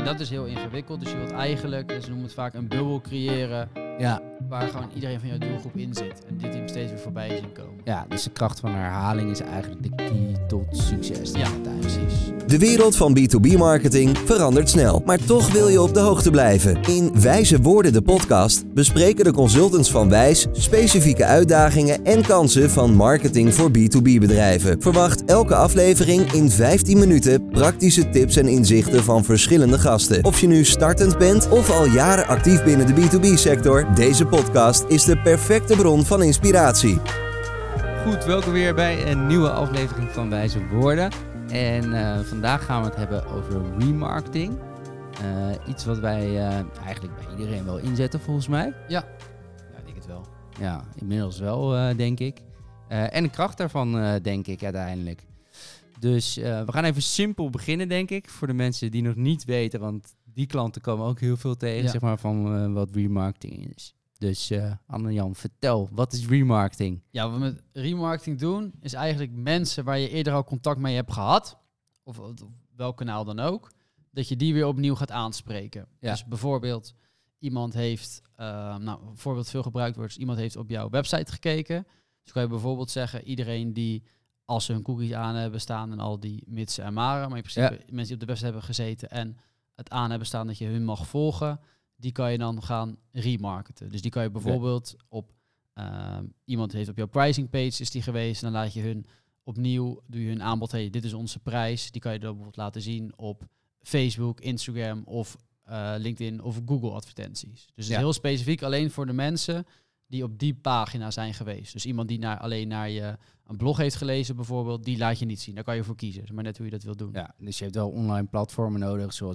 En dat is heel ingewikkeld. Dus je wilt eigenlijk, ze noemen het vaak een bubbel creëren. Ja. Waar gewoon iedereen van jouw doelgroep in zit. En dit team steeds weer voorbij zien komen. Ja, dus de kracht van herhaling is eigenlijk de key tot succes. Ja, precies. De wereld van B2B-marketing verandert snel, maar toch wil je op de hoogte blijven. In Wijze Woorden, de podcast, bespreken de consultants van Wijs specifieke uitdagingen en kansen van marketing voor B2B-bedrijven. Verwacht elke aflevering in 15 minuten praktische tips en inzichten van verschillende gasten. Of je nu startend bent of al jaren actief binnen de B2B-sector, deze podcast is de perfecte bron van inspiratie. Goed, welkom weer bij een nieuwe aflevering van Wijze Woorden. En vandaag gaan we het hebben over remarketing. Iets wat wij eigenlijk bij iedereen wel inzetten volgens mij. Ja, ik denk het wel. Ja, inmiddels wel denk ik. En de kracht daarvan denk ik uiteindelijk. Dus we gaan even simpel beginnen denk ik. Voor de mensen die nog niet weten, want die klanten komen ook heel veel tegen, zeg maar, van wat remarketing is. Dus Anne-Jan, vertel, wat is remarketing? Ja, wat we met remarketing doen, is eigenlijk mensen waar je eerder al contact mee hebt gehad, of welk kanaal dan ook, dat je die weer opnieuw gaat aanspreken. Ja. Dus bijvoorbeeld, iemand heeft, een voorbeeld veel gebruikt wordt, iemand heeft op jouw website gekeken. Dus kan je bijvoorbeeld zeggen, iedereen die, als ze hun cookies aan hebben staan en al die mitsen en maren, maar in principe mensen die op de website hebben gezeten en het aan hebben staan dat je hun mag volgen, die kan je dan gaan remarketen. Dus die kan je bijvoorbeeld op iemand heeft op jouw pricing page is die geweest, en dan laat je hun opnieuw, doe je hun aanbod, hey, dit is onze prijs. Die kan je dan bijvoorbeeld laten zien op Facebook, Instagram of LinkedIn of Google advertenties. Dus het is heel specifiek alleen voor de mensen die op die pagina zijn geweest. Dus iemand die alleen naar je een blog heeft gelezen bijvoorbeeld, die laat je niet zien. Daar kan je voor kiezen, maar net hoe je dat wil doen. Ja, dus je hebt wel online platformen nodig, zoals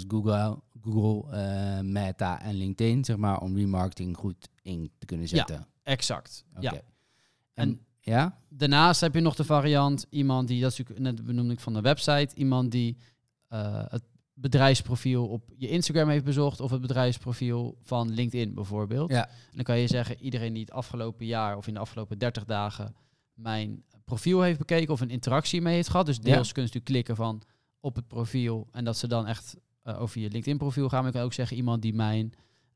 Google, Meta en LinkedIn, zeg maar, om remarketing goed in te kunnen zetten. Ja, exact. Okay. Ja. En ja? Daarnaast heb je nog de variant, iemand die, dat is natuurlijk net benoemde ik van de website, iemand die het bedrijfsprofiel op je Instagram heeft bezocht of het bedrijfsprofiel van LinkedIn bijvoorbeeld. Ja. En dan kan je zeggen, iedereen die het afgelopen jaar of in de afgelopen 30 dagen mijn profiel heeft bekeken of een interactie mee heeft gehad. Dus deels kunnen ze natuurlijk klikken van op het profiel en dat ze dan echt over je LinkedIn profiel gaan. Maar ik kan ook zeggen, iemand die mijn,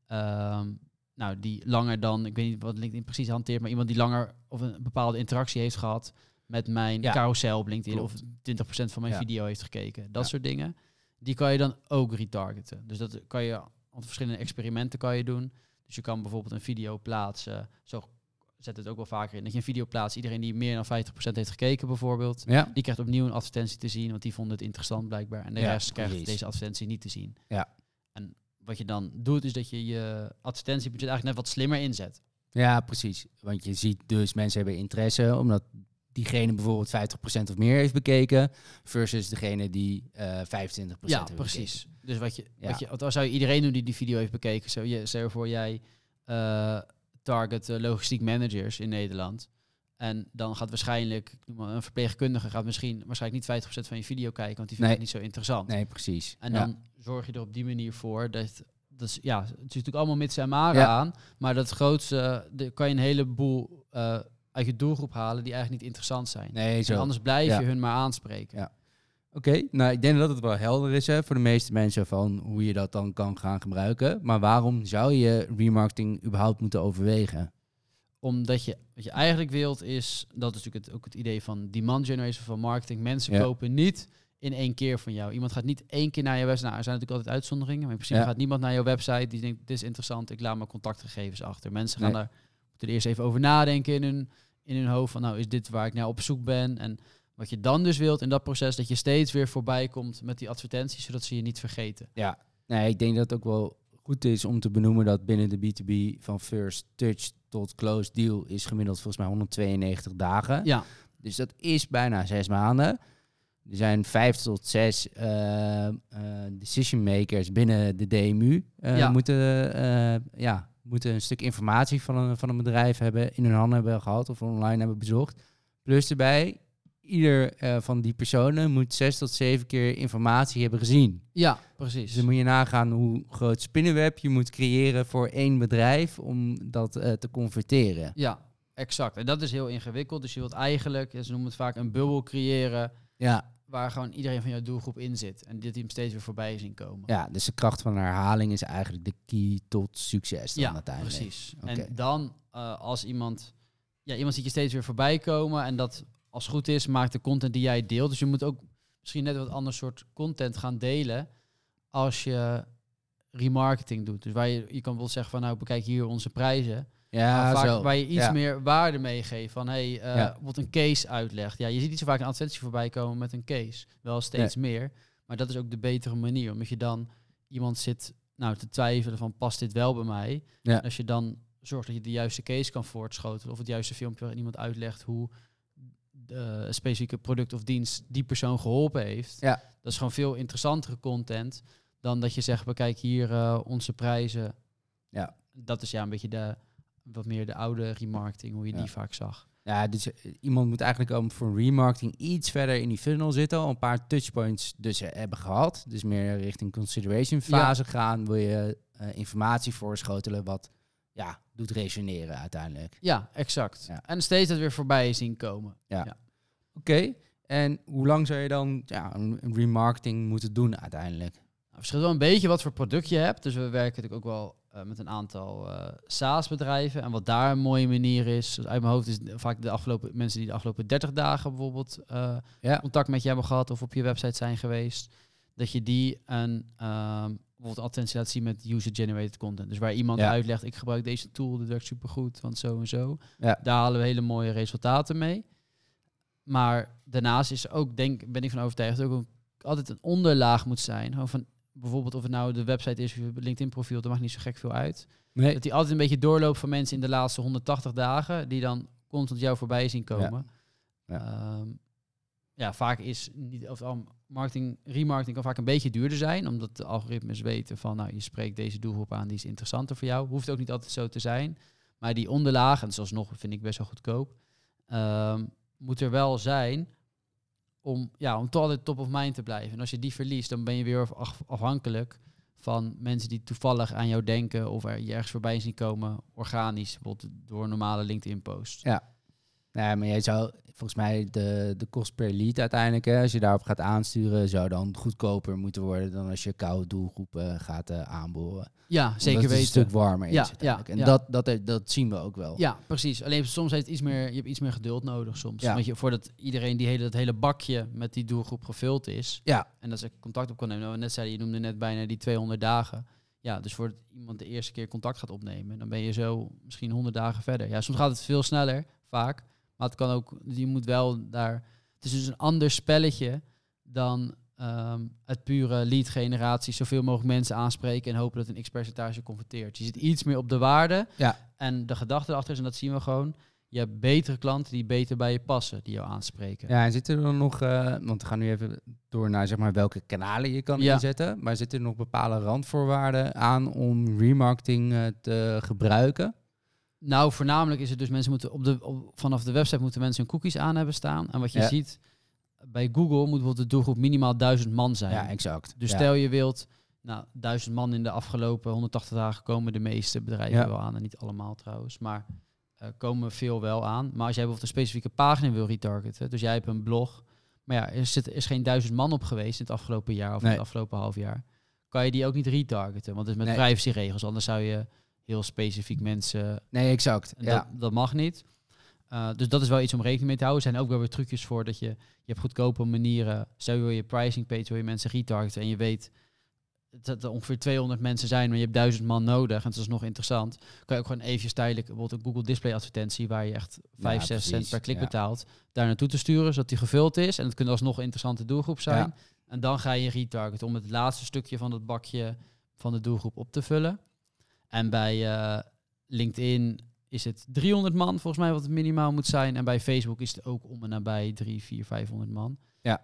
die langer dan, ik weet niet wat LinkedIn precies hanteert, maar iemand die langer of een bepaalde interactie heeft gehad met mijn carousel op LinkedIn. Klopt. Of 20% van mijn video heeft gekeken. Dat soort dingen. Die kan je dan ook retargeten. Dus dat kan je, want verschillende experimenten kan je doen. Dus je kan bijvoorbeeld een video plaatsen. Zo zet het ook wel vaker in. Dat je een video plaatst. Iedereen die meer dan 50% heeft gekeken bijvoorbeeld. Ja. Die krijgt opnieuw een advertentie te zien. Want die vonden het interessant blijkbaar. En de rest krijgt deze advertentie niet te zien. Ja. En wat je dan doet is dat je je advertentiebudget eigenlijk net wat slimmer inzet. Ja, precies. Want je ziet dus mensen hebben interesse omdat diegene bijvoorbeeld 50% of meer heeft bekeken versus degene die 25% heeft precies. bekeken. Dus wat zou je iedereen doen die die video heeft bekeken? Stel voor jij target logistiek managers in Nederland. En dan gaat waarschijnlijk een verpleegkundige waarschijnlijk niet 50% van je video kijken, want die vindt het niet zo interessant. Nee, precies. En dan zorg je er op die manier voor dat het is natuurlijk allemaal mits en maren aan, maar dat grootste kan je een heleboel uit je doelgroep halen die eigenlijk niet interessant zijn. Nee, zo. En anders blijf je hun maar aanspreken. Ja. Oké, nou ik denk dat het wel helder is voor de meeste mensen van hoe je dat dan kan gaan gebruiken. Maar waarom zou je remarketing überhaupt moeten overwegen? Omdat wat je eigenlijk wilt is, dat is natuurlijk ook het idee van demand generation van marketing. Mensen kopen niet in één keer van jou. Iemand gaat niet één keer naar je website. Nou, er zijn natuurlijk altijd uitzonderingen, maar in principe gaat niemand naar jouw website die denkt, dit is interessant, ik laat mijn contactgegevens achter. Mensen gaan daar moeten er eerst even over nadenken in hun hoofd van, nou, is dit waar ik naar op zoek ben? En wat je dan dus wilt in dat proces, dat je steeds weer voorbij komt met die advertenties, zodat ze je niet vergeten. Ja, nee, ik denk dat het ook wel goed is om te benoemen dat binnen de B2B van first touch tot close deal is gemiddeld volgens mij 192 dagen. Ja. Dus dat is bijna 6 maanden. Er zijn 5 tot 6 decision makers binnen de DMU. Moeten een stuk informatie van een bedrijf hebben, in hun handen hebben gehad of online hebben bezocht. Plus erbij, ieder van die personen moet 6 tot 7 keer informatie hebben gezien. Ja, precies. Dus dan moet je nagaan hoe groot spinnenweb je moet creëren voor één bedrijf om dat te converteren. Ja, exact. En dat is heel ingewikkeld. Dus je wilt eigenlijk, ze noemen het vaak een bubbel creëren. Ja. waar gewoon iedereen van jouw doelgroep in zit. En dat die hem steeds weer voorbij zien komen. Ja, dus de kracht van herhaling is eigenlijk de key tot succes dan uiteindelijk. Precies. Oké. En dan als iemand ziet je steeds weer voorbij komen en dat als het goed is, maakt de content die jij deelt. Dus je moet ook misschien net wat ander soort content gaan delen als je remarketing doet. Dus waar je kan bijvoorbeeld zeggen van nou, bekijk hier onze prijzen. Ja, vaak zo. waar je iets Ja. meer waarde meegeeft van bijvoorbeeld een case uitlegt. Ja, je ziet niet zo vaak een advertentie voorbij komen met een case. Wel steeds meer. Maar dat is ook de betere manier. Omdat je dan iemand zit te twijfelen van past dit wel bij mij? Ja. En als je dan zorgt dat je de juiste case kan voortschotelen of het juiste filmpje waarin iemand uitlegt hoe een specifieke product of dienst die persoon geholpen heeft. Ja. Dat is gewoon veel interessantere content dan dat je zegt, bekijk hier onze prijzen. Ja. Dat is een beetje wat meer de oude remarketing, hoe je die vaak zag. Ja, dus iemand moet eigenlijk ook voor remarketing iets verder in die funnel zitten. Al een paar touchpoints dus hebben gehad. Dus meer richting consideration fase gaan. Wil je informatie voorschotelen wat doet resoneren uiteindelijk. Ja, exact. Ja. En steeds dat weer voorbij zien komen. Ja. Oké. En hoe lang zou je dan een remarketing moeten doen uiteindelijk? Het verschilt wel een beetje wat voor product je hebt. Dus we werken natuurlijk ook wel met een aantal SaaS-bedrijven. En wat daar een mooie manier is, uit mijn hoofd is vaak mensen die de afgelopen 30 dagen bijvoorbeeld contact met je hebben gehad of op je website zijn geweest. Dat je die bijvoorbeeld attentie laat zien met user-generated content. Dus waar iemand uitlegt, ik gebruik deze tool, dit werkt supergoed, want zo en zo. Ja. Daar halen we hele mooie resultaten mee. Maar daarnaast is ook, ben ik van overtuigd, dat ook altijd een onderlaag moet zijn. Gewoon van, bijvoorbeeld of het nou de website is of je LinkedIn-profiel, dat maakt niet zo gek veel uit. Nee. Dat die altijd een beetje doorloopt van mensen in de laatste 180 dagen, die dan constant jou voorbij zien komen. Vaak is remarketing kan vaak een beetje duurder zijn, omdat de algoritmes weten van, je spreekt deze doelgroep aan, die is interessanter voor jou. Hoeft ook niet altijd zo te zijn. Maar die onderlaag, en zoals nog vind ik best wel goedkoop, moet er wel zijn om toch altijd top of mind te blijven. En als je die verliest, dan ben je weer afhankelijk van mensen die toevallig aan jou denken of je ergens voorbij zien komen, organisch, bijvoorbeeld door een normale LinkedIn-post. Ja. Nee, maar jij zou volgens mij de kost per lead uiteindelijk, als je daarop gaat aansturen, zou dan goedkoper moeten worden dan als je koude doelgroepen gaat aanboren. Ja, zeker weten. Dat het een stuk warmer is uiteindelijk. En dat zien we ook wel. Ja, precies. Alleen soms heeft je hebt iets meer geduld nodig soms. Want voordat iedereen dat hele bakje met die doelgroep gevuld is. Ja. En dat ze contact op kan nemen. Nou, net zei je noemde net bijna die 200 dagen. Ja, dus voordat iemand de eerste keer contact gaat opnemen, dan ben je zo misschien 100 dagen verder. Ja, soms gaat het veel sneller, vaak. Maar het kan ook, je moet wel daar. Het is dus een ander spelletje dan het pure lead generatie, zoveel mogelijk mensen aanspreken en hopen dat een x-percentage converteert. Je zit iets meer op de waarde. Ja. En de gedachte erachter is, en dat zien we gewoon, je hebt betere klanten die beter bij je passen, die jou aanspreken. Ja, en zitten er dan nog, want we gaan nu even door naar zeg maar welke kanalen je kan inzetten, maar zitten er nog bepaalde randvoorwaarden aan om remarketing te gebruiken? Nou, voornamelijk is het dus mensen moeten vanaf de website moeten mensen hun cookies aan hebben staan. En wat je ziet bij Google moet bijvoorbeeld de doelgroep minimaal 1000 man zijn. Ja, exact. Dus stel je wilt, 1000 man in de afgelopen 180 dagen komen de meeste bedrijven wel aan. En niet allemaal trouwens, maar komen veel wel aan. Maar als jij bijvoorbeeld een specifieke pagina wil retargeten, dus jij hebt een blog, maar er is geen 1000 man op geweest in het afgelopen jaar of in het afgelopen half jaar, kan je die ook niet retargeten. Want het is met privacyregels, anders zou je heel specifiek mensen. Nee, exact. Dat mag niet. Dus dat is wel iets om rekening mee te houden. Er zijn ook wel weer trucjes voor dat je hebt goedkope manieren. Stel je wil je pricing page, wil je mensen retargeten en je weet dat er ongeveer 200 mensen zijn, maar je hebt 1000 man nodig en dat is nog interessant. Kan je ook gewoon eventjes tijdelijk bijvoorbeeld een Google Display advertentie waar je echt 5-6 cent per klik betaalt, daar naartoe te sturen, zodat die gevuld is. En het kan alsnog een interessante doelgroep zijn. Ja. En dan ga je retargeten om het laatste stukje van het bakje van de doelgroep op te vullen. En bij LinkedIn is het 300 man volgens mij wat het minimaal moet zijn. En bij Facebook is het ook om en nabij 300, 400, 500 man. Ja.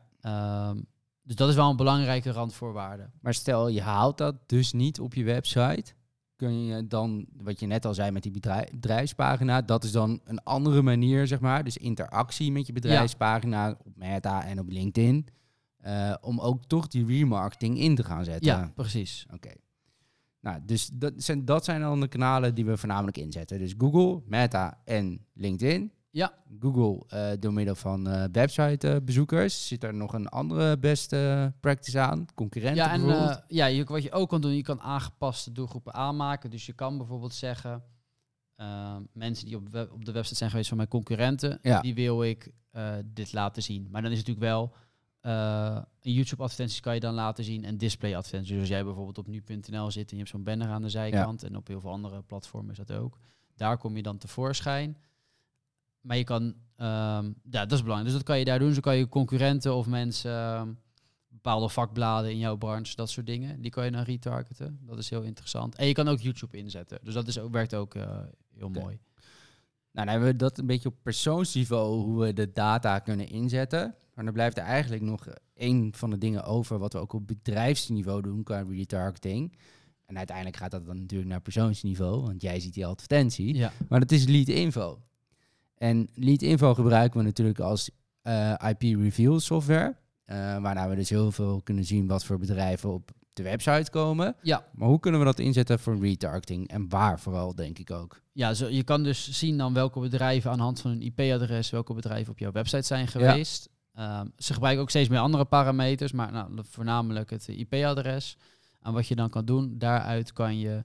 Dus dat is wel een belangrijke randvoorwaarde. Maar stel, je haalt dat dus niet op je website. Kun je dan, wat je net al zei met die bedrijfspagina, dat is dan een andere manier, zeg maar. Dus interactie met je bedrijfspagina op Meta en op LinkedIn. Om ook toch die remarketing in te gaan zetten. Ja, precies. Oké. Nou, dus dat zijn dan de kanalen die we voornamelijk inzetten. Dus Google, Meta en LinkedIn. Ja. Google door middel van websitebezoekers. Zit er nog een andere beste practice aan? Concurrenten Ja, bijvoorbeeld? wat je ook kan doen, je kan aangepaste doelgroepen aanmaken. Dus je kan bijvoorbeeld zeggen, mensen die op de website zijn geweest van mijn concurrenten, die wil ik dit laten zien. Maar dan is het natuurlijk wel, in YouTube-advertenties kan je dan laten zien en display-advertenties. Dus als jij bijvoorbeeld op nu.nl zit en je hebt zo'n banner aan de zijkant en op heel veel andere platformen is dat ook. Daar kom je dan tevoorschijn. Maar je kan, dat is belangrijk. Dus dat kan je daar doen. Zo kan je concurrenten of mensen, bepaalde vakbladen in jouw branche, dat soort dingen, die kan je dan retargeten. Dat is heel interessant. En je kan ook YouTube inzetten. Dus dat werkt ook heel mooi. Nou, dan hebben we dat een beetje op persoonsniveau, hoe we de data kunnen inzetten. Maar dan blijft er eigenlijk nog één van de dingen over wat we ook op bedrijfsniveau doen qua retargeting. En uiteindelijk gaat dat dan natuurlijk naar persoonsniveau, want jij ziet die advertentie. Ja. Maar dat is lead info. En lead info gebruiken we natuurlijk als IP reveal software. Waarna we dus heel veel kunnen zien wat voor bedrijven op de website komen. Ja. Maar hoe kunnen we dat inzetten voor retargeting? En waar vooral, denk ik ook. Ja, je kan dus zien dan welke bedrijven aan de hand van hun IP-adres, welke bedrijven op jouw website zijn geweest. Ze gebruiken ook steeds meer andere parameters, maar voornamelijk het IP-adres. En wat je dan kan doen, daaruit kan je...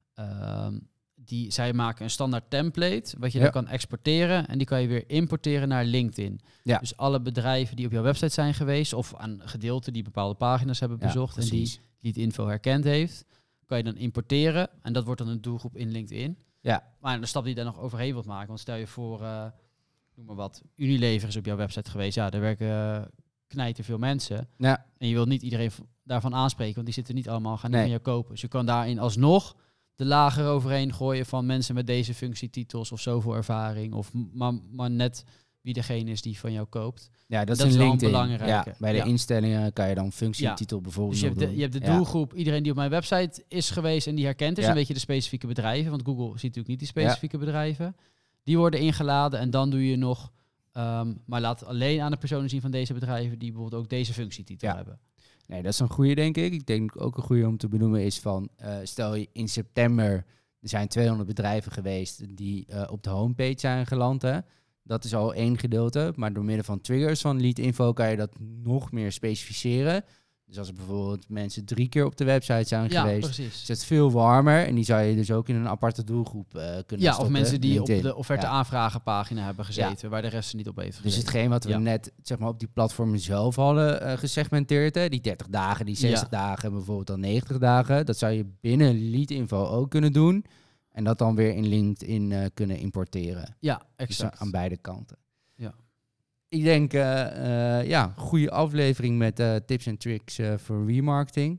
zij maken een standaard template, wat je dan kan exporteren. En die kan je weer importeren naar LinkedIn. Ja. Dus alle bedrijven die op jouw website zijn geweest, of aan gedeelten die bepaalde pagina's hebben bezocht en die lead info herkend heeft, kan je dan importeren. En dat wordt dan een doelgroep in LinkedIn. Ja. Maar de stap die je daar nog overheen wilt maken, want stel je voor, noem maar wat, Unilever is op jouw website geweest. Ja, daar werken knijten veel mensen. Ja. En je wilt niet iedereen daarvan aanspreken, want die zitten niet allemaal, gaan niet van jou kopen. Dus je kan daarin alsnog de lager overheen gooien van mensen met deze functietitels of zoveel ervaring. Of maar net wie degene is die van jou koopt. Ja, dat is wel belangrijk. Ja, bij de instellingen kan je dan functietitel bijvoorbeeld dus je hebt de doelgroep, iedereen die op mijn website is geweest en die herkent is. Dan weet je de specifieke bedrijven, want Google ziet natuurlijk niet die specifieke bedrijven. Die worden ingeladen en dan doe je nog, maar laat alleen aan de personen zien van deze bedrijven die bijvoorbeeld ook deze functietitel hebben. Nee, dat is een goede, denk ik. Ik denk ook een goede om te benoemen is van, stel je in september, er zijn 200 bedrijven geweest die op de homepage zijn geland. Hè. Dat is al één gedeelte, maar door middel van triggers van lead info kan je dat nog meer specificeren. Dus als er bijvoorbeeld mensen 3 keer op de website zijn geweest, is het veel warmer. En die zou je dus ook in een aparte doelgroep kunnen stoppen. Of mensen die LinkedIn. Op de offerte aanvragenpagina hebben gezeten, waar de rest er niet op heeft gezeten. Dus hetgeen wat we net zeg maar, op die platformen zelf hadden gesegmenteerd, hè, die 30 dagen, die 60 dagen, bijvoorbeeld dan 90 dagen, dat zou je binnen lead info ook kunnen doen. En dat dan weer in LinkedIn kunnen importeren. Ja, exact. Dus aan beide kanten. Ja. Ik denk, goede aflevering met tips en tricks voor remarketing.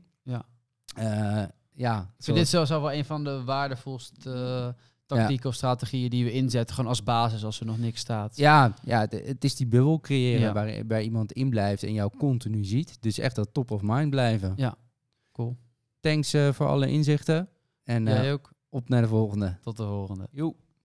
Ja. Ik vind dit zelfs al wel een van de waardevolste tactieken of strategieën die we inzetten. Gewoon als basis als er nog niks staat. Ja, het is die bubbel creëren waar iemand in blijft en jou continu ziet. Dus echt dat top of mind blijven. Ja, cool. Thanks voor alle inzichten. En jij ook. Op naar de volgende. Tot de volgende. Joe.